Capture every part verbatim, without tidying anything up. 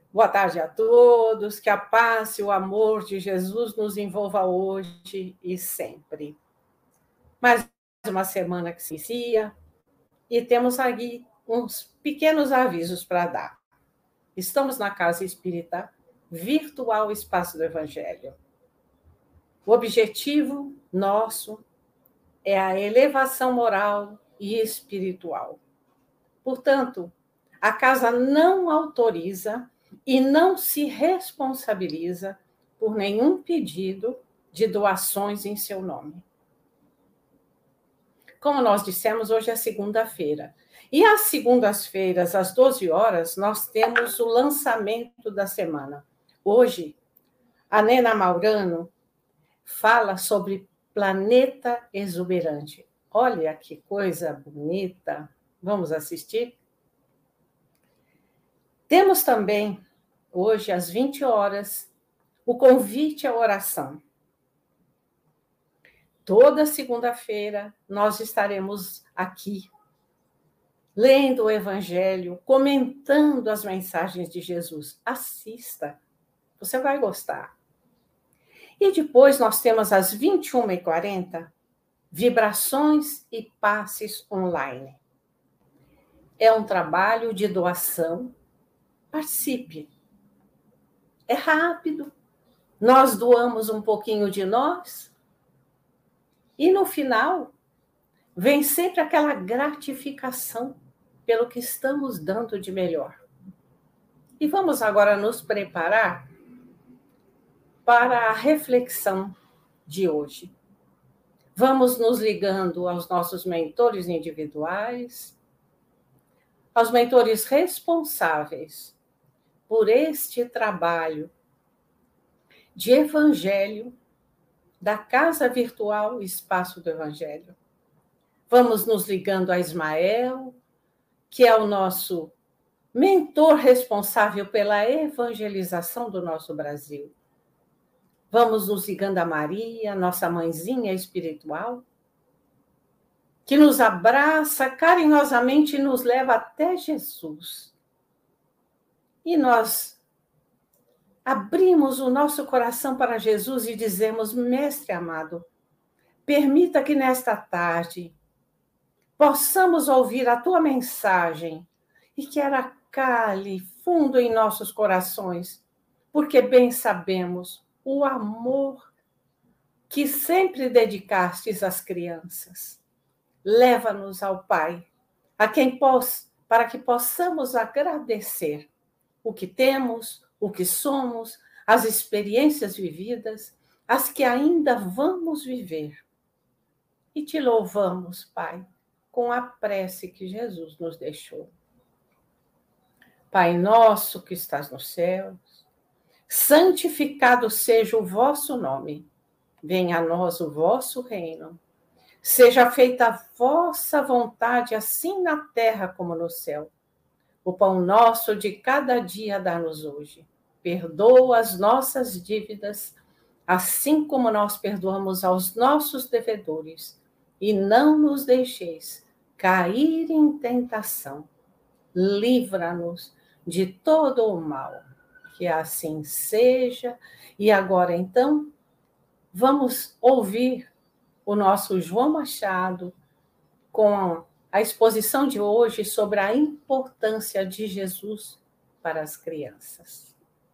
Boa tarde a todos, que a paz e o amor de Jesus nos envolva hoje e sempre. Mais uma semana que se inicia e temos aqui uns pequenos avisos para dar. Estamos na Casa Espírita Virtual Espaço do Evangelho. O objetivo nosso é a elevação moral e espiritual. Portanto, a casa não autoriza e não se responsabiliza por nenhum pedido de doações em seu nome. Como nós dissemos, hoje é segunda-feira. E às segundas-feiras, às doze horas, nós temos o lançamento da semana. Hoje, a Nena Maurano fala sobre planeta exuberante. Olha que coisa bonita. Vamos assistir? Temos também, hoje, às vinte horas, o convite à oração. Toda segunda-feira, nós estaremos aqui, lendo o Evangelho, comentando as mensagens de Jesus. Assista, você vai gostar. E depois nós temos, às vinte e uma e quarenta, vibrações e passes online. É um trabalho de doação. Participe. É rápido. Nós doamos um pouquinho de nós. E no final, vem sempre aquela gratificação pelo que estamos dando de melhor. E vamos agora nos preparar para a reflexão de hoje. Vamos nos ligando aos nossos mentores individuais, aos mentores responsáveis por este trabalho de evangelho da Casa Virtual Espaço do Evangelho. Vamos nos ligando a Ismael, que é o nosso mentor responsável pela evangelização do nosso Brasil. Vamos nos ligando a Maria, nossa mãezinha espiritual, que nos abraça carinhosamente e nos leva até Jesus. E nós abrimos o nosso coração para Jesus e dizemos: Mestre amado, permita que nesta tarde possamos ouvir a tua mensagem e que ela cale fundo em nossos corações, porque bem sabemos o amor que sempre dedicastes às crianças. Leva-nos ao Pai, a quem poss, para que possamos agradecer o que temos, o que somos, as experiências vividas, as que ainda vamos viver. E te louvamos, Pai, com a prece que Jesus nos deixou. Pai nosso que estás nos céus, santificado seja o vosso nome. Venha a nós o vosso reino. Seja feita a vossa vontade, assim na terra como no céu. O pão nosso de cada dia dá-nos hoje. Perdoa as nossas dívidas, assim como nós perdoamos aos nossos devedores. E não nos deixeis cair em tentação. Livra-nos de todo o mal. Que assim seja. E agora, então, vamos ouvir o nosso João Machado com a exposição de hoje sobre a importância de Jesus para as crianças.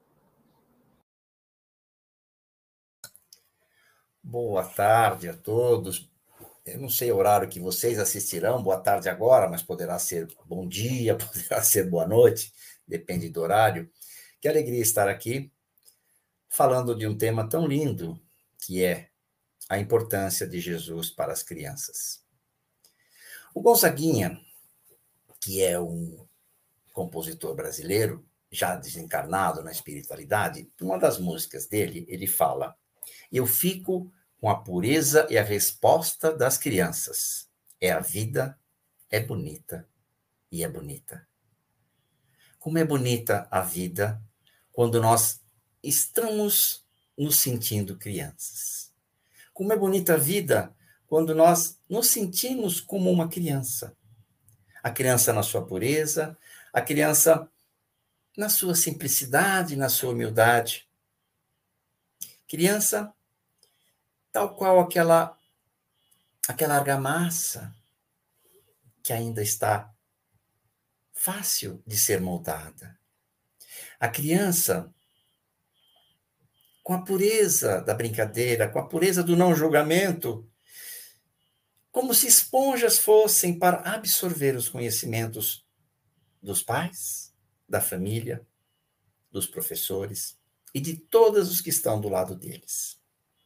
Boa tarde a todos. Eu não sei o horário que vocês assistirão, boa tarde agora, mas poderá ser bom dia, poderá ser boa noite, depende do horário. Que alegria estar aqui falando de um tema tão lindo, que é a importância de Jesus para as crianças. O Gonzaguinha, que é um compositor brasileiro, já desencarnado na espiritualidade, uma das músicas dele, ele fala: eu fico com a pureza e a resposta das crianças. É a vida, é bonita e é bonita. Como é bonita a vida quando nós estamos nos sentindo crianças. Como é bonita a vida quando nós nos sentimos como uma criança. A criança na sua pureza, a criança na sua simplicidade, na sua humildade. Criança, tal qual aquela, aquela argamassa que ainda está fácil de ser moldada. A criança, com a pureza da brincadeira, com a pureza do não julgamento, como se esponjas fossem para absorver os conhecimentos dos pais, da família, dos professores e de todos os que estão do lado deles.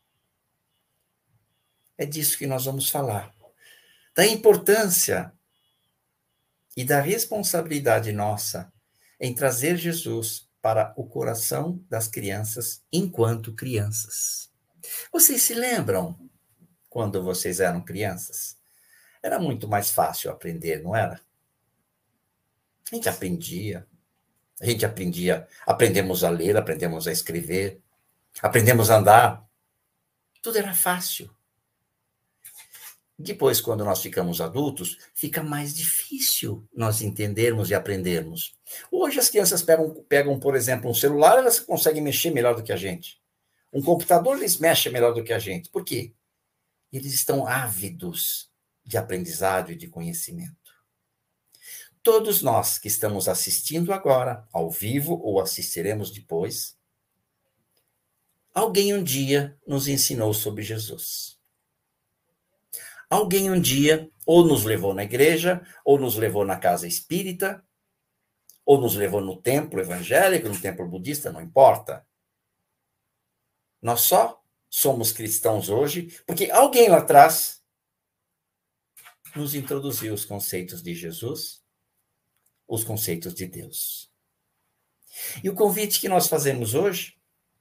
É disso que nós vamos falar. Da importância e da responsabilidade nossa em trazer Jesus para o coração das crianças enquanto crianças. Vocês se lembram quando vocês eram crianças? Era muito mais fácil aprender, não era? A gente aprendia. A gente aprendia, aprendemos a ler, aprendemos a escrever, aprendemos a andar. Tudo era fácil. Depois, quando nós ficamos adultos, fica mais difícil nós entendermos e aprendermos. Hoje as crianças pegam, pegam, por exemplo, um celular, elas conseguem mexer melhor do que a gente. Um computador, eles mexem melhor do que a gente. Por quê? Eles estão ávidos de aprendizado e de conhecimento. Todos nós que estamos assistindo agora, ao vivo, ou assistiremos depois, alguém um dia nos ensinou sobre Jesus. Alguém um dia ou nos levou na igreja, ou nos levou na casa espírita, ou nos levou no templo evangélico, no templo budista, não importa. Nós só somos cristãos hoje porque alguém lá atrás nos introduziu os conceitos de Jesus, os conceitos de Deus. E o convite que nós fazemos hoje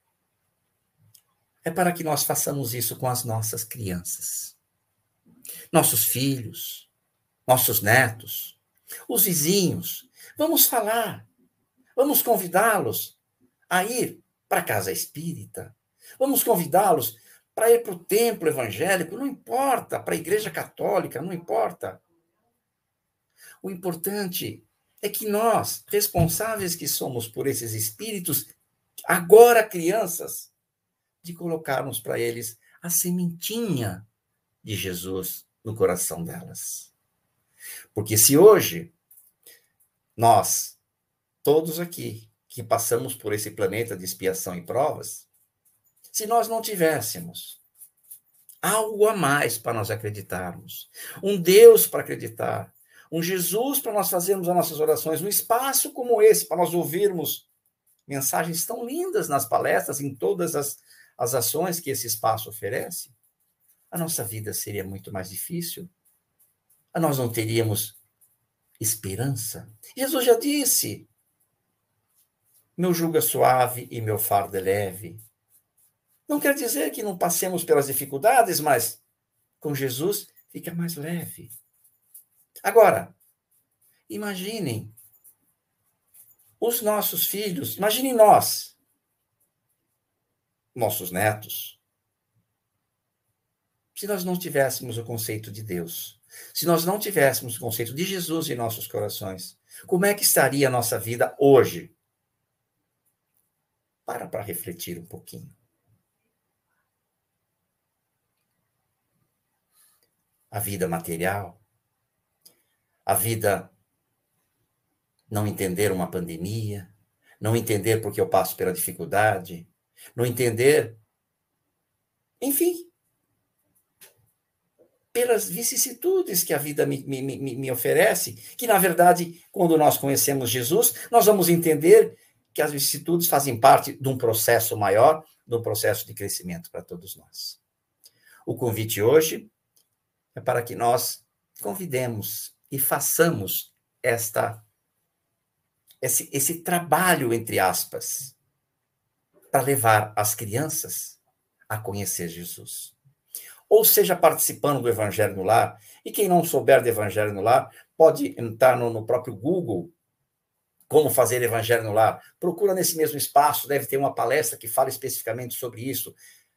é para que nós façamos isso com as nossas crianças. Nossos filhos, nossos netos, os vizinhos. Vamos falar, vamos convidá-los a ir para a casa espírita, vamos convidá-los para ir para o templo evangélico, não importa, para a igreja católica, não importa. O importante é que nós, responsáveis que somos por esses espíritos, agora crianças, de colocarmos para eles a sementinha de Jesus no coração delas. Porque se hoje nós, todos aqui, que passamos por esse planeta de expiação e provas, se nós não tivéssemos algo a mais para nós acreditarmos, um Deus para acreditar, um Jesus para nós fazermos as nossas orações, um espaço como esse para nós ouvirmos mensagens tão lindas nas palestras, em todas as, as ações que esse espaço oferece, a nossa vida seria muito mais difícil. Nós não teríamos esperança. Jesus já disse, meu jugo é suave e meu fardo é leve. Não quer dizer que não passemos pelas dificuldades, mas com Jesus fica mais leve. Agora, imaginem os nossos filhos, imaginem nós, nossos netos, se nós não tivéssemos o conceito de Deus, se nós não tivéssemos o conceito de Jesus em nossos corações, como é que estaria a nossa vida hoje? Para para refletir um pouquinho. A vida material, a vida não entender uma pandemia, não entender porque eu passo pela dificuldade, não entender, enfim, pelas vicissitudes que a vida me, me, me, me oferece, que, na verdade, quando nós conhecemos Jesus, nós vamos entender que as vicissitudes fazem parte de um processo maior, de um processo de crescimento para todos nós. O convite hoje é para que nós convidemos e façamos esta, esse, esse trabalho, entre aspas, para levar as crianças a conhecer Jesus. Ou seja, participando do Evangelho no Lar, e quem não souber do Evangelho no Lar, pode entrar no, no próprio Google, como fazer Evangelho no Lar. Procura nesse mesmo espaço, deve ter uma palestra que fala especificamente sobre isso.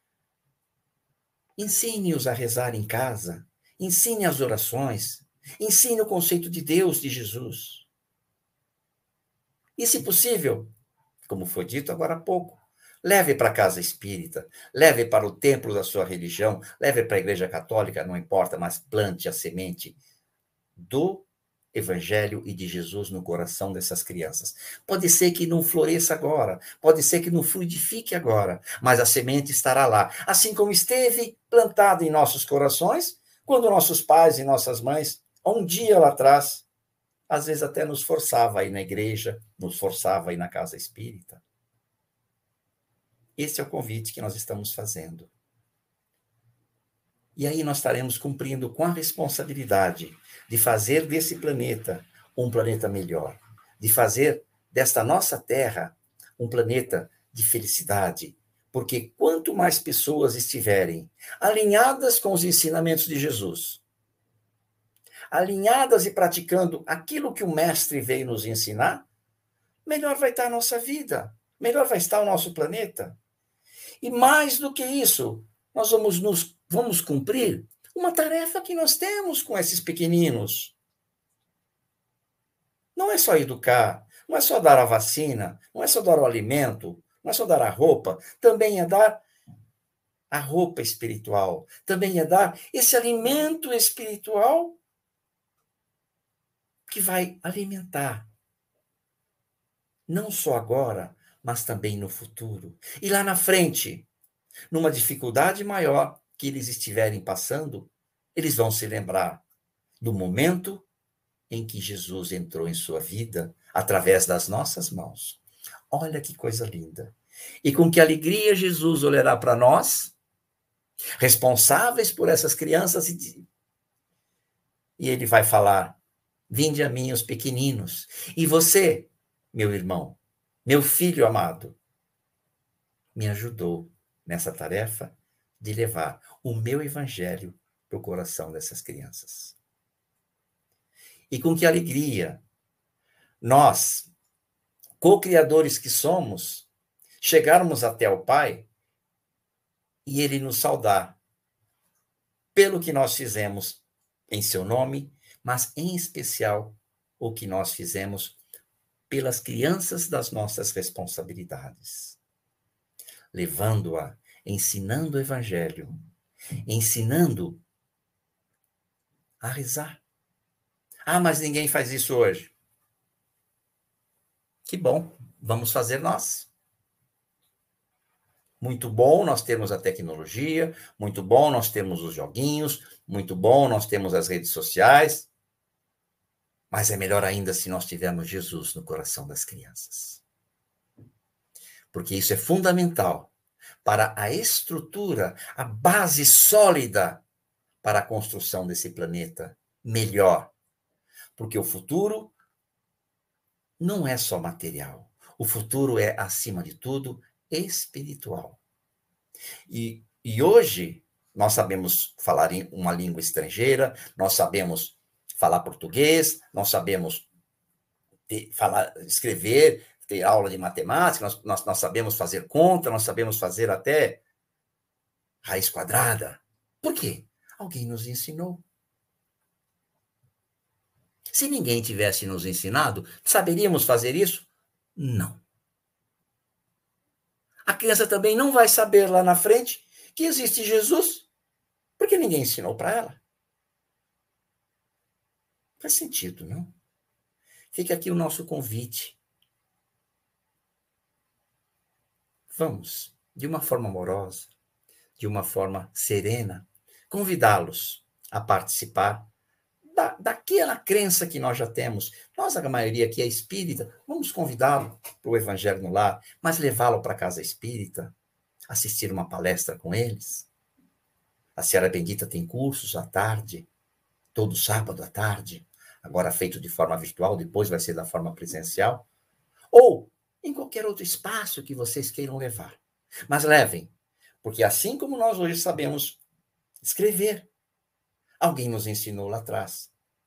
Ensine-os a rezar em casa, ensine as orações, ensine o conceito de Deus, de Jesus. E, se possível, como foi dito agora há pouco, leve para a casa espírita, leve para o templo da sua religião, leve para a igreja católica, não importa, mas plante a semente do Evangelho e de Jesus no coração dessas crianças. Pode ser que não floresça agora, pode ser que não frutifique agora, mas a semente estará lá, assim como esteve plantada em nossos corações, quando nossos pais e nossas mães, um dia lá atrás, às vezes até nos forçava a ir na igreja, nos forçava a ir na casa espírita. Esse é o convite que nós estamos fazendo. E aí nós estaremos cumprindo com a responsabilidade de fazer desse planeta um planeta melhor, de fazer desta nossa Terra um planeta de felicidade, porque quanto mais pessoas estiverem alinhadas com os ensinamentos de Jesus, alinhadas e praticando aquilo que o Mestre veio nos ensinar, melhor vai estar a nossa vida, melhor vai estar o nosso planeta. E mais do que isso, nós vamos, nos, vamos cumprir uma tarefa que nós temos com esses pequeninos. Não é só educar, não é só dar a vacina, não é só dar o alimento, não é só dar a roupa, também é dar a roupa espiritual, também é dar esse alimento espiritual que vai alimentar, não só agora, mas também no futuro. E lá na frente, numa dificuldade maior que eles estiverem passando, eles vão se lembrar do momento em que Jesus entrou em sua vida através das nossas mãos. Olha que coisa linda. E com que alegria Jesus olhará para nós, responsáveis por essas crianças, e, e ele vai falar: vinde a mim os pequeninos. E você, meu irmão, meu filho amado, me ajudou nessa tarefa de levar o meu evangelho para o coração dessas crianças. E com que alegria nós, co-criadores que somos, chegarmos até o Pai e Ele nos saudar pelo que nós fizemos em seu nome, mas em especial o que nós fizemos pelas crianças das nossas responsabilidades, levando-a, ensinando o Evangelho, ensinando a rezar. Ah, mas ninguém faz isso hoje. Que bom, vamos fazer nós. Muito bom nós termos a tecnologia, muito bom nós termos os joguinhos, muito bom nós temos as redes sociais, mas é melhor ainda se nós tivermos Jesus no coração das crianças. Porque isso é fundamental para a estrutura, a base sólida para a construção desse planeta melhor. Porque o futuro não é só material. O futuro é, acima de tudo, espiritual. E, e hoje, nós sabemos falar uma língua estrangeira, nós sabemos falar português, nós sabemos ter, falar, escrever, ter aula de matemática, nós, nós, nós sabemos fazer conta, nós sabemos fazer até raiz quadrada. Por quê? Alguém nos ensinou. Se ninguém tivesse nos ensinado, saberíamos fazer isso? Não. A criança também não vai saber lá na frente que existe Jesus, porque ninguém ensinou para ela. Faz sentido, não? Fica aqui o nosso convite. Vamos, de uma forma amorosa, de uma forma serena, convidá-los a participar Da, daquela crença que nós já temos. Nós, a maioria aqui é espírita, vamos convidá-lo para o Evangelho no Lar, mas levá-lo para a casa espírita, assistir uma palestra com eles. A Seara Bendita tem cursos à tarde, todo sábado à tarde, agora feito de forma virtual, depois vai ser da forma presencial, ou em qualquer outro espaço que vocês queiram levar. Mas levem, porque assim como nós hoje sabemos escrever, alguém nos ensinou lá atrás.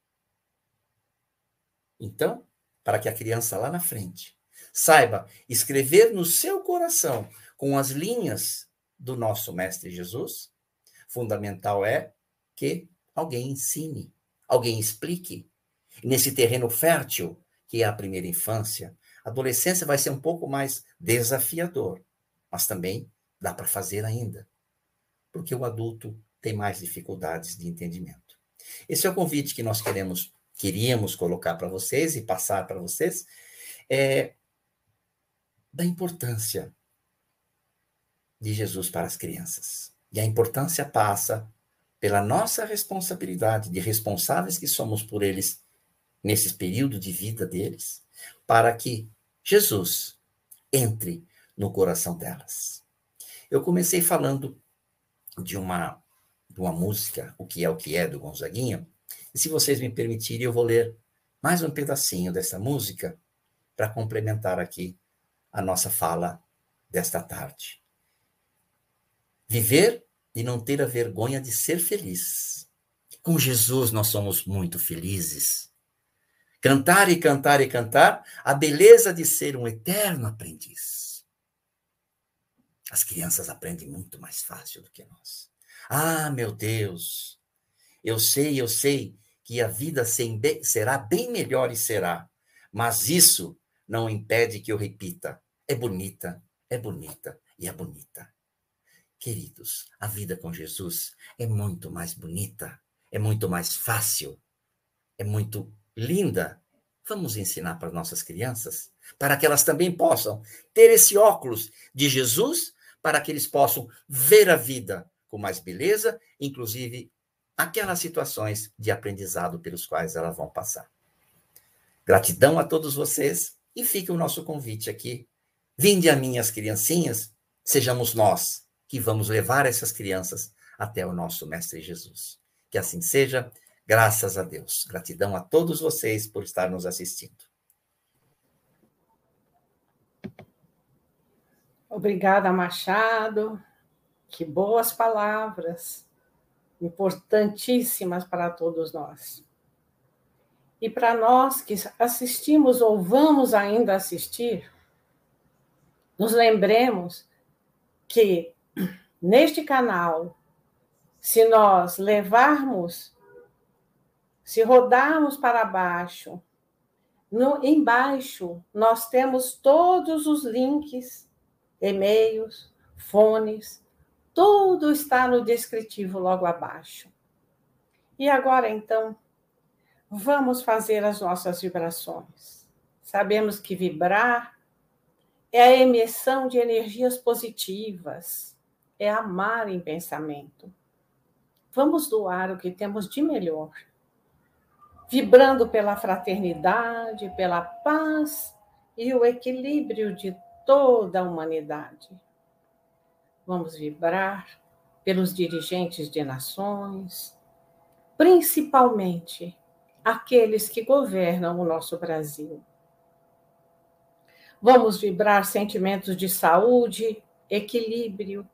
Então, para que a criança lá na frente saiba escrever no seu coração com as linhas do nosso Mestre Jesus, fundamental é que alguém ensine, alguém explique. Nesse terreno fértil, que é a primeira infância, A adolescência vai ser um pouco mais desafiador, mas também dá para fazer ainda, porque o adulto tem mais dificuldades de entendimento. Esse é o convite que nós queremos, queríamos colocar para vocês e passar para vocês, é, da importância de Jesus para as crianças. E a importância passa pela nossa responsabilidade, de responsáveis que somos por eles nesse período de vida deles, para que Jesus entre no coração delas. Eu comecei falando de uma, de uma música, O Que É O Que É, do Gonzaguinha, e se vocês me permitirem, eu vou ler mais um pedacinho dessa música para complementar aqui a nossa fala desta tarde. Viver e não ter a vergonha de ser feliz. Com Jesus nós somos muito felizes. Cantar e cantar e cantar a beleza de ser um eterno aprendiz. As crianças aprendem muito mais fácil do que nós. Ah, meu Deus, eu sei, eu sei que a vida será bem melhor e será, mas isso não impede que eu repita. É bonita, é bonita e é bonita. Queridos, a vida com Jesus é muito mais bonita, é muito mais fácil, é muito linda. Vamos ensinar para nossas crianças, para que elas também possam ter esse óculos de Jesus, para que eles possam ver a vida com mais beleza, inclusive aquelas situações de aprendizado pelos quais elas vão passar. Gratidão a todos vocês e fica o nosso convite aqui. Vinde a mim as criancinhas, sejamos nós que vamos levar essas crianças até o nosso Mestre Jesus. Que assim seja, graças a Deus. Gratidão a todos vocês por estar nos assistindo. Obrigada, Machado. Que boas palavras, importantíssimas para todos nós. E para nós que assistimos ou vamos ainda assistir, nos lembremos que neste canal, se nós levarmos, se rodarmos para baixo, no, embaixo nós temos todos os links, e-mails, fones, tudo está no descritivo logo abaixo. E agora, então, vamos fazer as nossas vibrações. Sabemos que vibrar é a emissão de energias positivas, é amar em pensamento. Vamos doar o que temos de melhor, vibrando pela fraternidade, pela paz e o equilíbrio de toda a humanidade. Vamos vibrar pelos dirigentes de nações, principalmente aqueles que governam o nosso Brasil. Vamos vibrar sentimentos de saúde, equilíbrio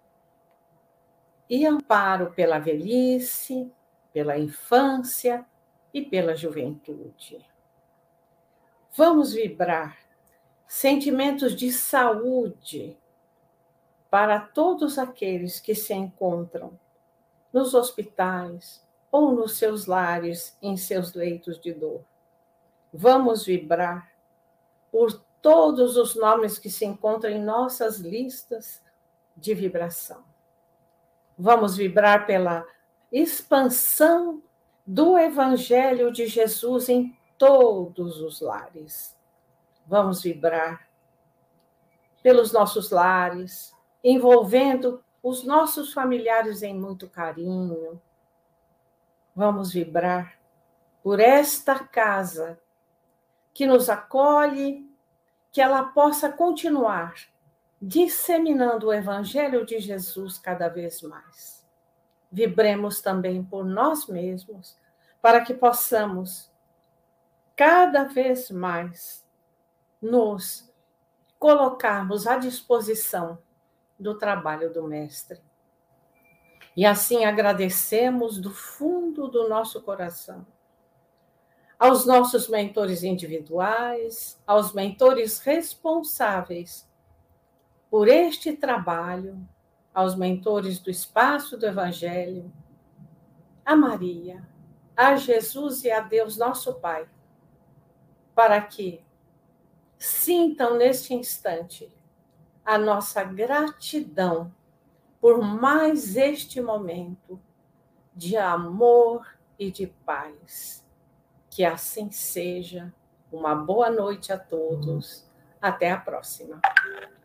e amparo pela velhice, pela infância e pela juventude. Vamos vibrar sentimentos de saúde para todos aqueles que se encontram nos hospitais ou nos seus lares, em seus leitos de dor. Vamos vibrar por todos os nomes que se encontram em nossas listas de vibração. Vamos vibrar pela expansão do Evangelho de Jesus em todos os lares. Vamos vibrar pelos nossos lares, envolvendo os nossos familiares em muito carinho. Vamos vibrar por esta casa que nos acolhe, que ela possa continuar disseminando o Evangelho de Jesus cada vez mais. Vibremos também por nós mesmos, para que possamos cada vez mais nos colocarmos à disposição do trabalho do Mestre. E assim agradecemos do fundo do nosso coração aos nossos mentores individuais, aos mentores responsáveis por este trabalho, aos mentores do Espaço do Evangelho, a Maria, a Jesus e a Deus, nosso Pai, para que Sintam neste instante a nossa gratidão por mais este momento de amor e de paz. Que assim seja. Uma boa noite a todos. Até a próxima.